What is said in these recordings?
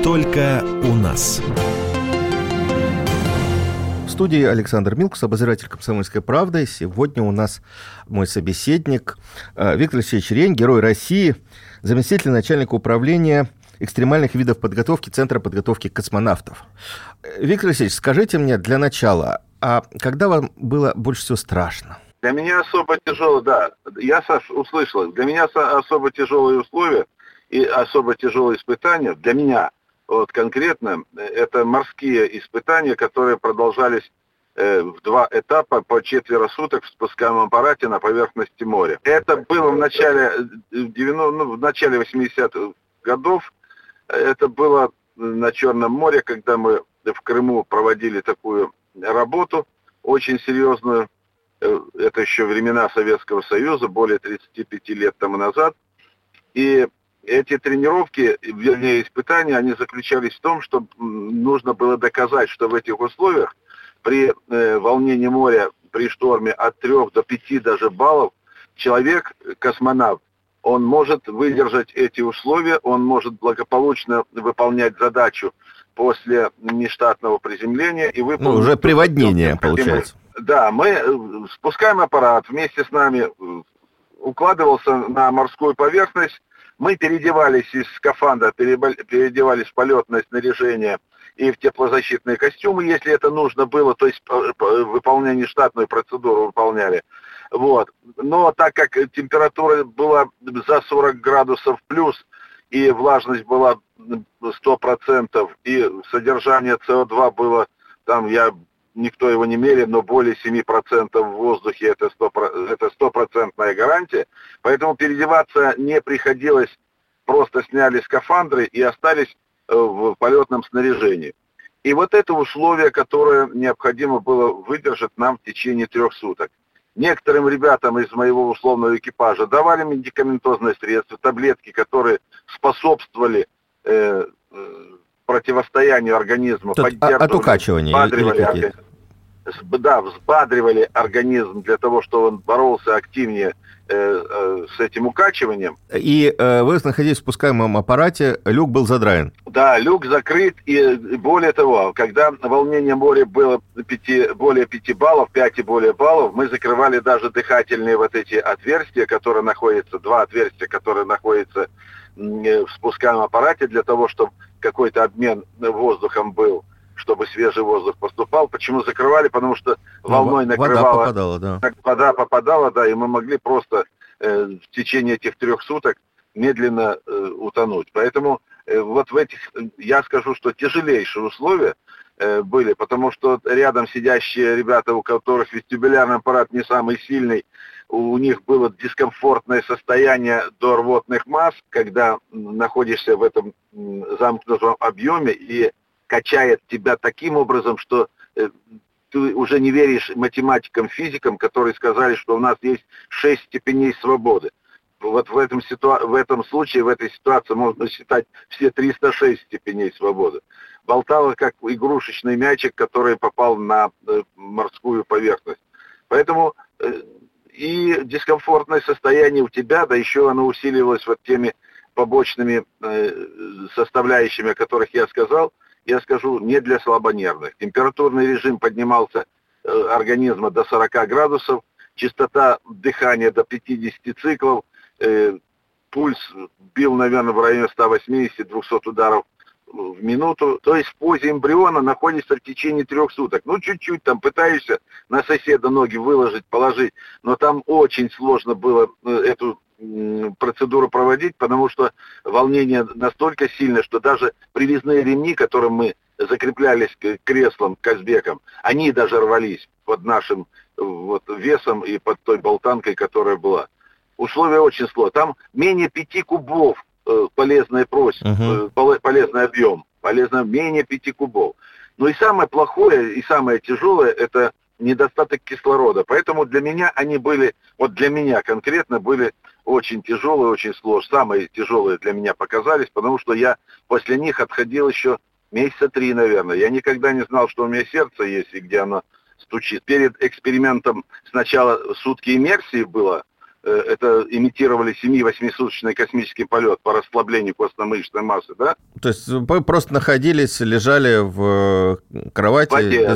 Только у нас. В студии Александр Милкус, обозреватель «Комсомольской правды». Сегодня у нас мой собеседник Виктор Алексеевич Рень, Герой России, заместитель начальника управления экстремальных видов подготовки Центра подготовки космонавтов. Виктор Алексеевич, скажите мне для начала, а когда вам было больше всего страшно? Для меня особо тяжело, да, я, Саш, услышал, для меня особо тяжелые условия и особо тяжелые испытания, для меня, вот конкретно, это морские испытания, которые продолжались в 2 этапа по 4 суток в спускаемом аппарате на поверхности моря. Это было в начале 80-х годов, это было на Черном море, когда мы в Крыму проводили такую работу очень серьезную. Это еще времена Советского Союза, более 35 лет тому назад. И эти тренировки, вернее испытания, они заключались в том, что нужно было доказать, что в этих условиях при волнении моря, при шторме от 3 до 5 даже баллов, человек, космонавт, он может выдержать эти условия, он может благополучно выполнять задачу после нештатного приземления и выполнить... уже приводнение, получается. Да, мы спускаем аппарат, вместе с нами укладывался на морскую поверхность, мы переодевались из скафандра, переодевались в полетное снаряжение и в теплозащитные костюмы, если это нужно было, то есть выполнение штатную процедуру выполняли. Вот. Но так как температура была за 40 градусов плюс, и влажность была 100%, и содержание СО2 было, там никто его не меряет, но более 7% в воздухе, это 100% гарантия. Поэтому переодеваться не приходилось, просто сняли скафандры и остались в полетном снаряжении. И вот это условие, которое необходимо было выдержать нам в течение 3 суток. Некоторым ребятам из моего условного экипажа давали медикаментозные средства, таблетки, которые способствовали противостоянию организма. От укачивания? Взбадривали организм для того, чтобы он боролся активнее с этим укачиванием. И вы находились в спускаемом аппарате, люк был задраен? Да, люк закрыт, и более того, когда волнение моря было более 5 баллов, 5 и более баллов, мы закрывали даже дыхательные вот эти отверстия, которые находятся, 2 отверстия, которые находятся в спускаемом аппарате, для того, чтобы какой-то обмен воздухом был, чтобы свежий воздух поступал. Почему закрывали? Потому что волной накрывала... Вода попадала, да, и мы могли просто в течение этих 3 суток медленно утонуть. Поэтому вот в этих, я скажу, что тяжелейшие условия были, потому что рядом сидящие ребята, у которых вестибулярный аппарат не самый сильный, у них было дискомфортное состояние до рвотных масс, когда находишься в этом замкнутом объеме и качает тебя таким образом, что ты уже не веришь математикам, физикам, которые сказали, что у нас есть 6 степеней свободы. Вот в этом случае, в этой ситуации можно считать все 306 степеней свободы. Болтало как игрушечный мячик, который попал на морскую поверхность. Поэтому и дискомфортное состояние у тебя, да еще оно усиливалось вот теми побочными составляющими, о которых я сказал, я скажу, не для слабонервных. Температурный режим поднимался организма до 40 градусов, частота дыхания до 50 циклов, пульс бил, наверное, в районе 180-200 ударов в минуту. То есть в позе эмбриона находишься в течение 3 суток. Ну, чуть-чуть там пытаешься на соседа ноги выложить, положить, но там очень сложно было эту процедуру проводить, потому что волнение настолько сильное, что даже привязные ремни, которым мы закреплялись к креслам, к Казбекам, они даже рвались под нашим весом и под той болтанкой, которая была. Условия очень сложные. Там менее 5 кубов полезная просьба, полезный объем, менее 5 кубов. Но и самое плохое, и самое тяжелое, это недостаток кислорода. Поэтому для меня они были, вот для меня конкретно были очень тяжелые, очень сложные. Самые тяжелые для меня показались, потому что я после них отходил еще месяца 3, наверное. Я никогда не знал, что у меня сердце есть и где оно стучит. Перед экспериментом сначала сутки иммерсии было, это имитировали 7-8-суточный космический полет по расслаблению костно-мышечной массы, да? То есть вы просто находились, лежали в кровати? В воде,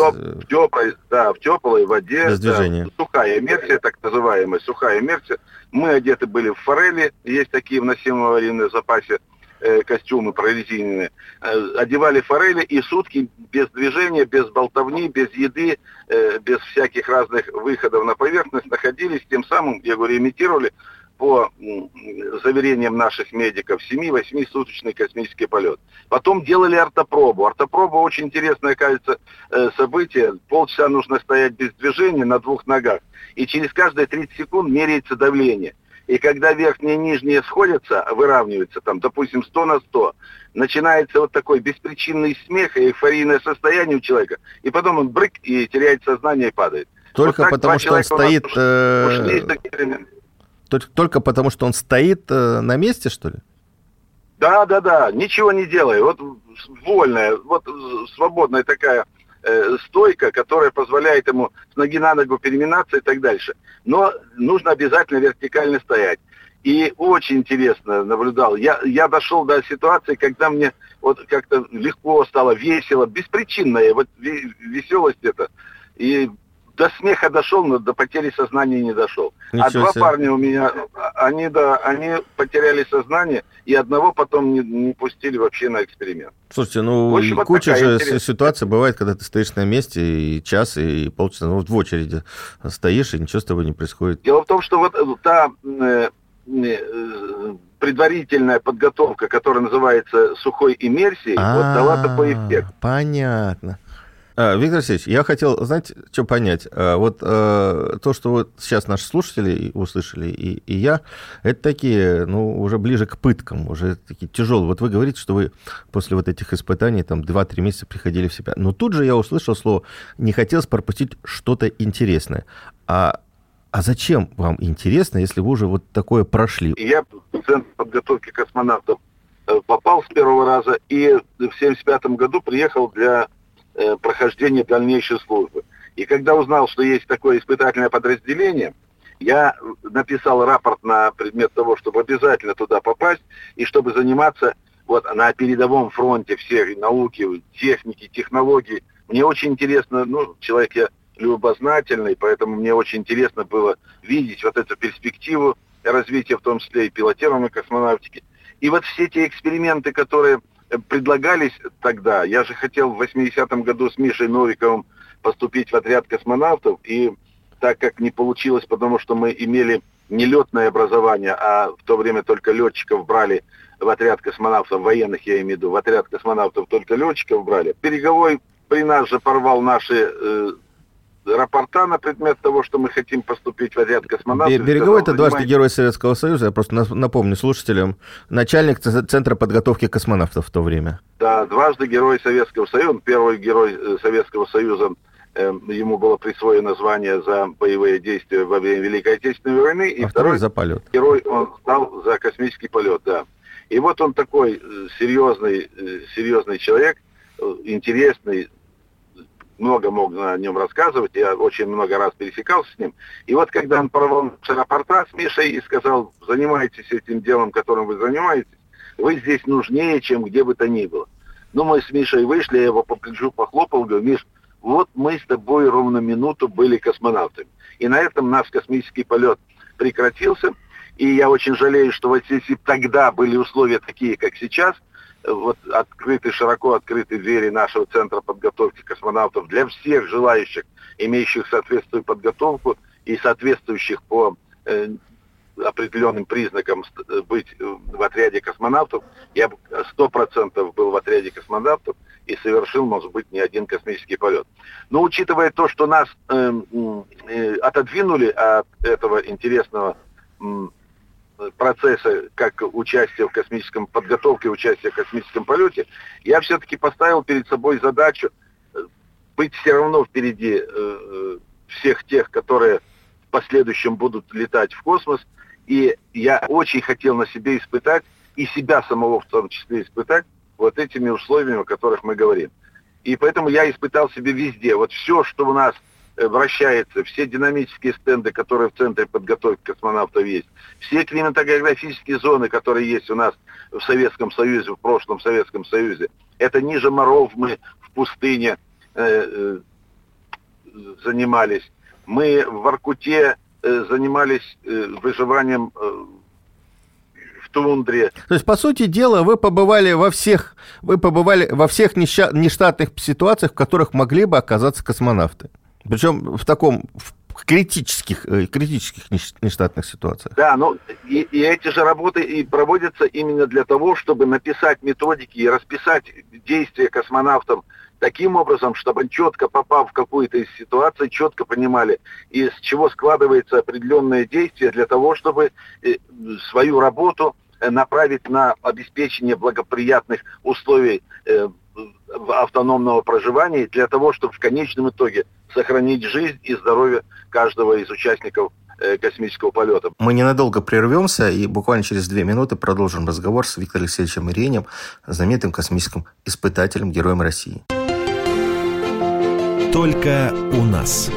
в теплой воде. Без движения. Да, сухая иммерсия, так называемая сухая иммерсия. Мы одеты были в форели, есть такие в носимом аварийном запасе костюмы прорезиненные. Одевали форели и сутки без движения, без болтовни, без еды, без всяких разных выходов на поверхность находились, тем самым, я говорю, имитировали по заверениям наших медиков 7-8-суточный космический полет. Потом делали ортопробу. Ортопроба очень интересное, кажется, событие. Полчаса нужно стоять без движения на 2 ногах. И через каждые 30 секунд меряется давление. И когда верхние и нижние сходятся, выравниваются, там, допустим, 100 на 100, начинается вот такой беспричинный смех и эйфорийное состояние у человека. И потом он брык и теряет сознание и падает. Только вот потому, что он стоит... Только потому, что он стоит на месте, что ли? Да, ничего не делая. Вот вольная, вот свободная такая стойка, которая позволяет ему с ноги на ногу переминаться и так дальше. Но нужно обязательно вертикально стоять. И очень интересно наблюдал. Я дошел до ситуации, когда мне вот как-то легко стало, весело, беспричинная вот веселость это. И до смеха дошел, но до потери сознания не дошел. Ничего 2 себе. парня у меня, они потеряли сознание, и одного потом не пустили вообще на эксперимент. Слушайте, ну общем, вот куча же интересная ситуаций бывает, когда ты стоишь на месте и час, и полчаса, ну, в очереди стоишь, и ничего с тобой не происходит. Дело в том, что вот та предварительная подготовка, которая называется сухой иммерсией, вот дала такой эффект. Понятно. Виктор Алексеевич, я хотел, знаете, что понять? Вот то, что вот сейчас наши слушатели услышали, и я, это такие, ну, уже ближе к пыткам, уже такие тяжелые. Вот вы говорите, что вы после вот этих испытаний там 2-3 месяца приходили в себя. Но тут же я услышал слово «не хотелось пропустить что-то интересное». А зачем вам интересно, если вы уже вот такое прошли? Я в Центр подготовки космонавтов попал с первого раза, и в 1975 году приехал для прохождения дальнейшей службы. И когда узнал, что есть такое испытательное подразделение, я написал рапорт на предмет того, чтобы обязательно туда попасть, и чтобы заниматься вот на передовом фронте всех науки, техники, технологий. Мне очень интересно, ну, человек я любознательный, поэтому мне очень интересно было видеть вот эту перспективу развития, в том числе и пилотируемой космонавтики. И вот все те эксперименты, которые предлагались тогда, я же хотел в 80-м году с Мишей Новиковым поступить в отряд космонавтов, и так как не получилось, потому что мы имели не летное образование, а в то время только летчиков брали в отряд космонавтов, военных я имею в виду, в отряд космонавтов только летчиков брали. Переговой при нас же порвал наши рапорта на предмет того, что мы хотим поступить в отряд космонавтов. Береговой — это дважды Герой Советского Союза, я просто напомню слушателям, начальник Центра подготовки космонавтов в то время. Да, дважды Герой Советского Союза, первый Герой Советского Союза, ему было присвоено звание за боевые действия во время Великой Отечественной войны, и второй за полет. Герой он стал за космический полет, да. И вот он такой серьезный человек, интересный, много мог о нем рассказывать, я очень много раз пересекался с ним. И вот когда он порвал рапорта с Мишей и сказал: занимайтесь этим делом, которым вы занимаетесь, вы здесь нужнее, чем где бы то ни было. Ну, мы с Мишей вышли, я его по плечу похлопал, говорю: Миш, вот мы с тобой ровно минуту были космонавтами. И на этом наш космический полет прекратился. И я очень жалею, что вот если тогда были условия такие, как сейчас, вот широко открыты двери нашего Центра подготовки космонавтов для всех желающих, имеющих соответствующую подготовку и соответствующих по определенным признакам быть в отряде космонавтов. Я бы 100% был в отряде космонавтов и совершил, может быть, не один космический полет. Но учитывая то, что нас отодвинули от этого интересного процесса, как участие в космическом подготовке, участие в космическом полете, я все-таки поставил перед собой задачу быть все равно впереди всех тех, которые в последующем будут летать в космос. И я очень хотел на себе испытать, и себя самого в том числе испытать, вот этими условиями, о которых мы говорим. И поэтому я испытал себе везде. Вот все, что у нас вращается, все динамические стенды, которые в центре подготовки космонавтов есть, все климатографические зоны, которые есть у нас в Советском Союзе, в прошлом Советском Союзе. Это ниже моров мы в пустыне занимались. Мы в Воркуте занимались выживанием в тундре. То есть, по сути дела, вы побывали во всех нештатных ситуациях, в которых могли бы оказаться космонавты. Причем в критических нештатных ситуациях. Да, но и эти же работы и проводятся именно для того, чтобы написать методики и расписать действия космонавтам таким образом, чтобы четко попав в какую-то из ситуаций, четко понимали, из чего складывается определенное действие для того, чтобы свою работу направить на обеспечение благоприятных условий автономного проживания, для того, чтобы в конечном итоге сохранить жизнь и здоровье каждого из участников космического полета. Мы ненадолго прервемся и буквально через 2 минуты продолжим разговор с Виктором Алексеевичем Иренем, знаменитым космическим испытателем, героем России. Только у нас.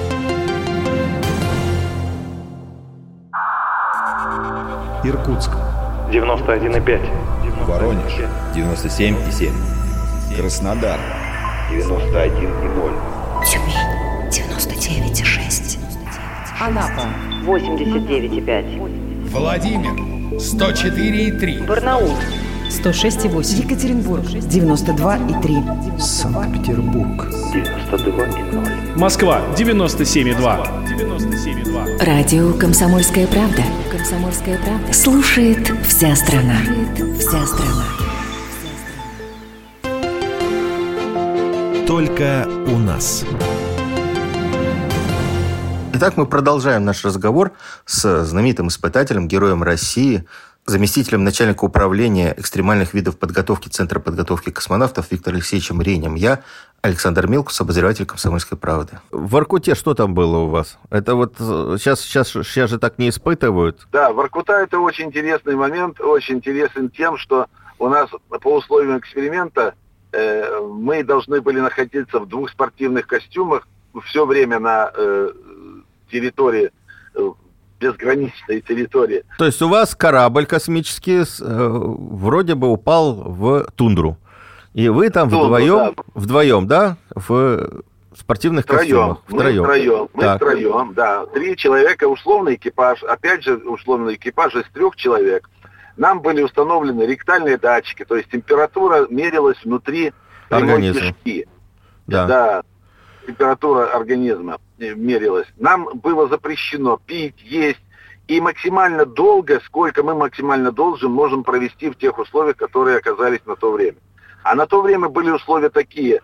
Иркутск 91,5. Воронеж 97,7. Краснодар 91,0. Тюмень 99,6. Анапа 89,5. Владимир 104,3. Барнаул 106,8. Екатеринбург 92,3. Санкт-Петербург 92,0. Москва 97,2. Радио «Комсомольская правда». «Комсомольская правда». Слушает вся страна. Вся страна. Только у нас. Итак, мы продолжаем наш разговор с знаменитым испытателем, героем России, заместителем начальника управления экстремальных видов подготовки Центра подготовки космонавтов Виктором Алексеевичем Иренем. Я, Александр Милкус, обозреватель «Комсомольской правды». В Воркуте что там было у вас? Это вот сейчас же так не испытывают? Да, Воркута — это очень интересный момент, очень интересен тем, что у нас по условиям эксперимента мы должны были находиться в 2 спортивных костюмах все время на территории, безграничной территории. То есть у вас корабль космический вроде бы упал в тундру, и вы там вдвоем, да, в спортивных костюмах? Мы втроем, да. 3 человека, условный экипаж, опять же, условный экипаж из 3 человек. Нам были установлены ректальные датчики, то есть температура мерилась внутри прямой кишки. Да, температура организма мерилась. Нам было запрещено пить, есть, и максимально долго, сколько мы максимально можем провести в тех условиях, которые оказались на то время. А на то время были условия такие: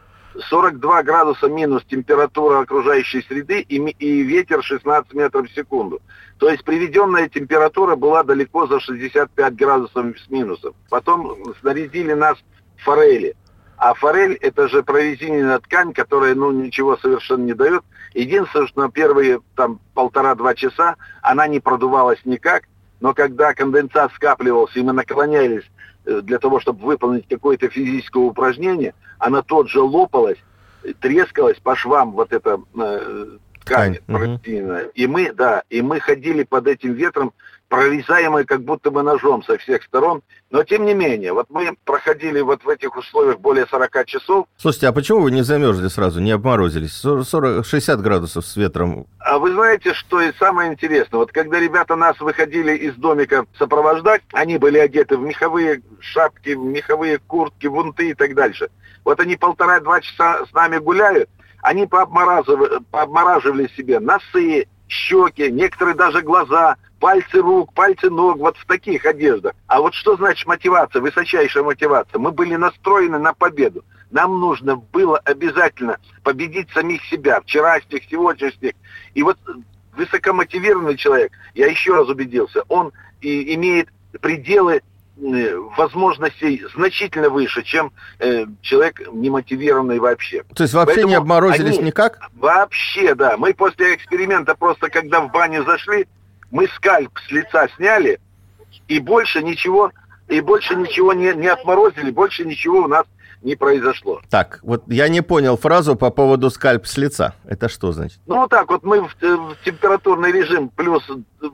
42 градуса минус температура окружающей среды и ветер 16 метров в секунду. То есть приведенная температура была далеко за 65 градусов с минусом. Потом снарядили нас в форели. А форель — это же прорезиненная ткань, которая, ничего совершенно не дает. Единственное, что на первые 1,5-2 часа она не продувалась никак, но когда конденсат скапливался, и мы наклонялись для того, чтобы выполнить какое-то физическое упражнение, она тут же лопалась, трескалась по швам вот эта ткань прорезиненная. И мы ходили под этим ветром, прорезаемые как будто бы ножом со всех сторон. Но тем не менее, вот мы проходили вот в этих условиях более 40 часов. Слушайте, а почему вы не замерзли сразу, не обморозились? 60 градусов с ветром. А вы знаете, что и самое интересное? Вот когда ребята нас выходили из домика сопровождать, они были одеты в меховые шапки, в меховые куртки, вунты и так дальше. Вот они 1,5-2 часа с нами гуляют, они пообмораживали себе носы, щеки, некоторые даже глаза, пальцы рук, пальцы ног, вот в таких одеждах. А вот что значит мотивация, высочайшая мотивация? Мы были настроены на победу. Нам нужно было обязательно победить самих себя, вчерашних, сегодняшних. И вот высокомотивированный человек, я еще раз убедился, он и имеет пределы возможностей значительно выше, чем человек немотивированный вообще. То есть вообще не обморозились никак? Вообще, да. Мы после эксперимента просто, когда в баню зашли, мы скальп с лица сняли, и больше ничего и больше ничего не отморозили, больше ничего у нас не произошло. Так, вот я не понял фразу по поводу скальп с лица. Это что значит? Ну, вот так вот мы в температурный режим плюс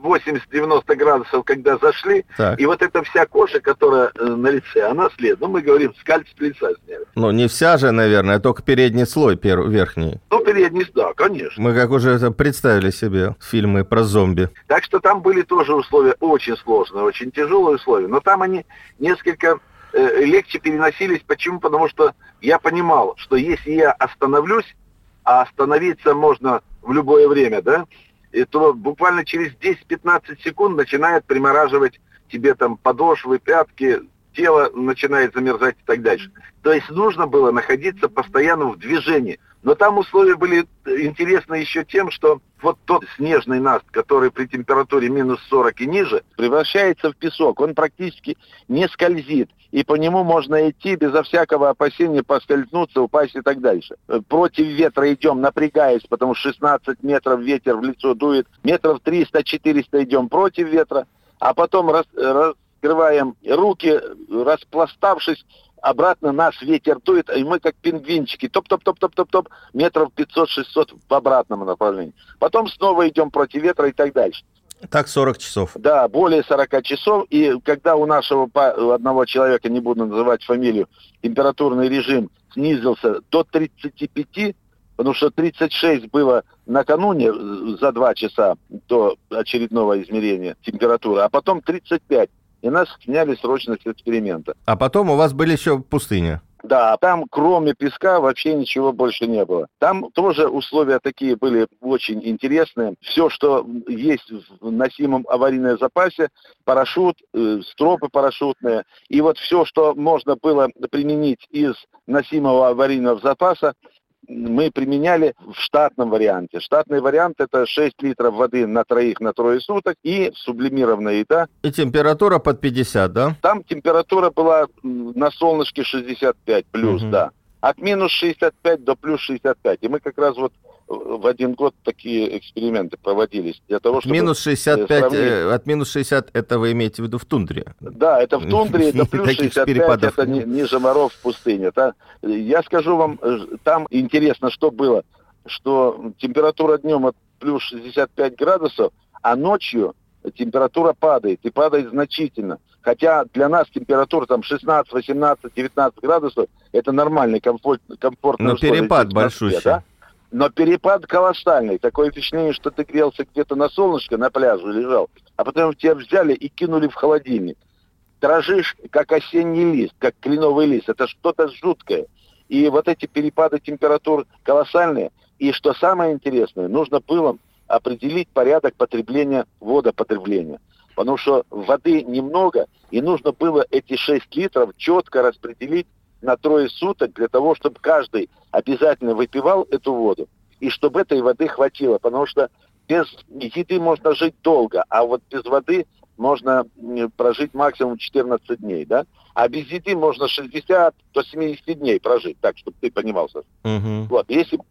80-90 градусов, когда зашли, так. И вот эта вся кожа, которая на лице, она след. Ну, мы говорим, скальп с лица сняли. Ну, не вся же, наверное, а только передний слой верхний. Ну, передний, да, конечно. Мы как уже это представили себе фильмы про зомби. Так что там были тоже условия очень сложные, очень тяжелые условия, но там они несколько легче переносились. Почему? Потому что я понимал, что если я остановлюсь, а остановиться можно в любое время, да, то буквально через 10-15 секунд начинает примораживать тебе там подошвы, пятки, тело начинает замерзать и так дальше. То есть нужно было находиться постоянно в движении. Но там условия были интересны еще тем, что вот тот снежный наст, который при температуре минус 40 и ниже, превращается в песок. Он практически не скользит. И по нему можно идти безо всякого опасения, поскользнуться, упасть и так дальше. Против ветра идем, напрягаясь, потому что 16 метров ветер в лицо дует. Метров 300-400 идем против ветра. А потом раскрываем руки, распластавшись, обратно нас ветер дует, и мы как пингвинчики, топ-топ-топ-топ-топ-топ, метров 500-600 в обратном направлении. Потом снова идем против ветра и так дальше. Так 40 часов. Да, более 40 часов. И когда у нашего одного человека, не буду называть фамилию, температурный режим снизился до 35, потому что 36 было накануне за 2 часа до очередного измерения температуры, а потом 35. И нас сняли срочно с эксперимента. А потом у вас были еще пустыня. Да, там кроме песка вообще ничего больше не было. Там тоже условия такие были очень интересные. Все, что есть в носимом аварийном запасе, парашют, стропы парашютные. И вот все, что можно было применить из носимого аварийного запаса, мы применяли в штатном варианте. Штатный вариант – это 6 литров воды на троих на трое суток и сублимированная еда. И температура под 50, да? Там температура была на солнышке 65 плюс, да. От минус 65 до плюс 65. И мы как раз вот в один год такие эксперименты проводились. Для того, чтобы минус 65, от минус 60 это вы имеете в виду в тундре? Да, это в тундре, это плюс 65, это ниже моров в пустыне. Я скажу вам, там интересно, что было, что температура днем от плюс 65 градусов, а ночью температура падает, и падает значительно. Хотя для нас температура там 16, 18, 19 градусов, это нормальный, комфортный условие. Но перепад большущий. Да? Но перепад колоссальный. Такое впечатление, что ты грелся где-то на солнышке, на пляже лежал, а потом тебя взяли и кинули в холодильник. Дрожишь, как осенний лист, как кленовый лист. Это что-то жуткое. И вот эти перепады температур колоссальные. И что самое интересное, нужно было определить порядок потребления, водопотребления. Потому что воды немного, и нужно было эти 6 литров четко распределить на 3 суток для того, чтобы каждый обязательно выпивал эту воду. И чтобы этой воды хватило. Потому что без еды можно жить долго, а вот без воды можно прожить максимум 14 дней, да? А без еды можно 60 до 70 дней прожить, так, чтобы ты понимал, Саша. Вот, если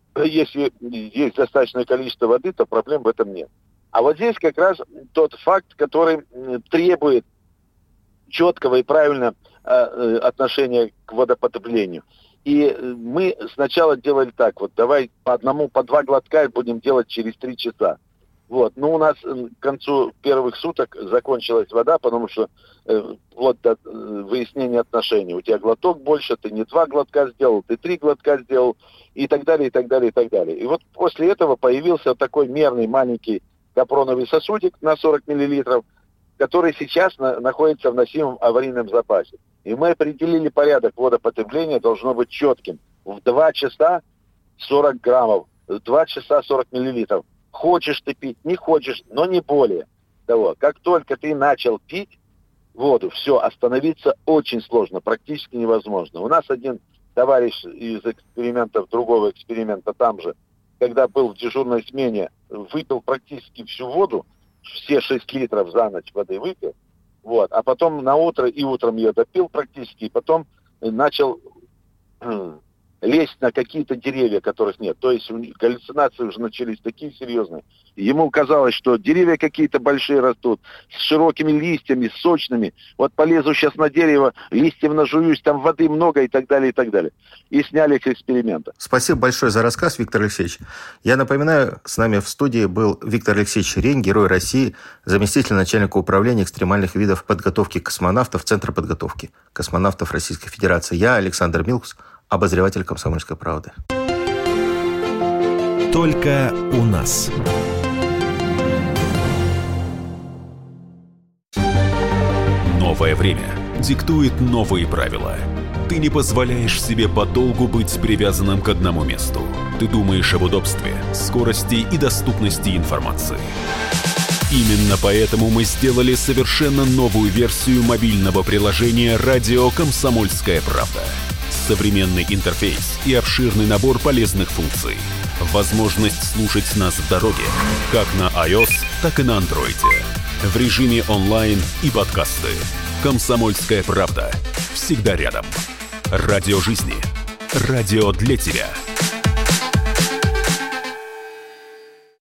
есть достаточное количество воды, то проблем в этом нет. А вот здесь как раз тот факт, который требует четкого и правильного отношения к водопотреблению. И мы сначала делали так, вот давай по одному, по 2 глотка будем делать через 3 часа. Вот, но у нас к концу первых суток закончилась вода, потому что вот до выяснения отношений. У тебя глоток больше, ты не 2 глотка сделал, ты 3 глотка сделал, и так далее, и так далее, и так далее. И вот после этого появился такой мерный маленький капроновый сосудик на 40 миллилитров, который сейчас находится в носимом аварийном запасе. И мы определили порядок водопотребления, должно быть четким. В 2 часа 40 граммов, 2 часа 40 миллилитров. Хочешь ты пить, не хочешь, но не более того. Как только ты начал пить воду, все, остановиться очень сложно, практически невозможно. У нас один товарищ из экспериментов, другого эксперимента там же, когда был в дежурной смене, выпил практически всю воду, все 6 литров за ночь воды выпил, вот, а потом на утро и утром ее допил практически, и потом начал лезть на какие-то деревья, которых нет. То есть галлюцинации уже начались такие серьезные. Ему казалось, что деревья какие-то большие растут, с широкими листьями, сочными. Вот полезу сейчас на дерево, листьев нажуюсь, там воды много и так далее, и так далее. И сняли их эксперимента. Спасибо большое за рассказ, Виктор Алексеевич. Я напоминаю, с нами в студии был Виктор Алексеевич Черень, Герой России, заместитель начальника управления экстремальных видов подготовки космонавтов Центра подготовки космонавтов Российской Федерации. Я, Александр Милкус, обозреватель «Комсомольской правды». Только у нас. Новое время диктует новые правила. Ты не позволяешь себе подолгу быть привязанным к одному месту. Ты думаешь об удобстве, скорости и доступности информации. Именно поэтому мы сделали совершенно новую версию мобильного приложения «Радио Комсомольская правда». Современный интерфейс и обширный набор полезных функций. Возможность слушать нас в дороге, как на iOS, так и на Android. В режиме онлайн и подкасты. «Комсомольская правда». Всегда рядом. Радио жизни. Радио для тебя.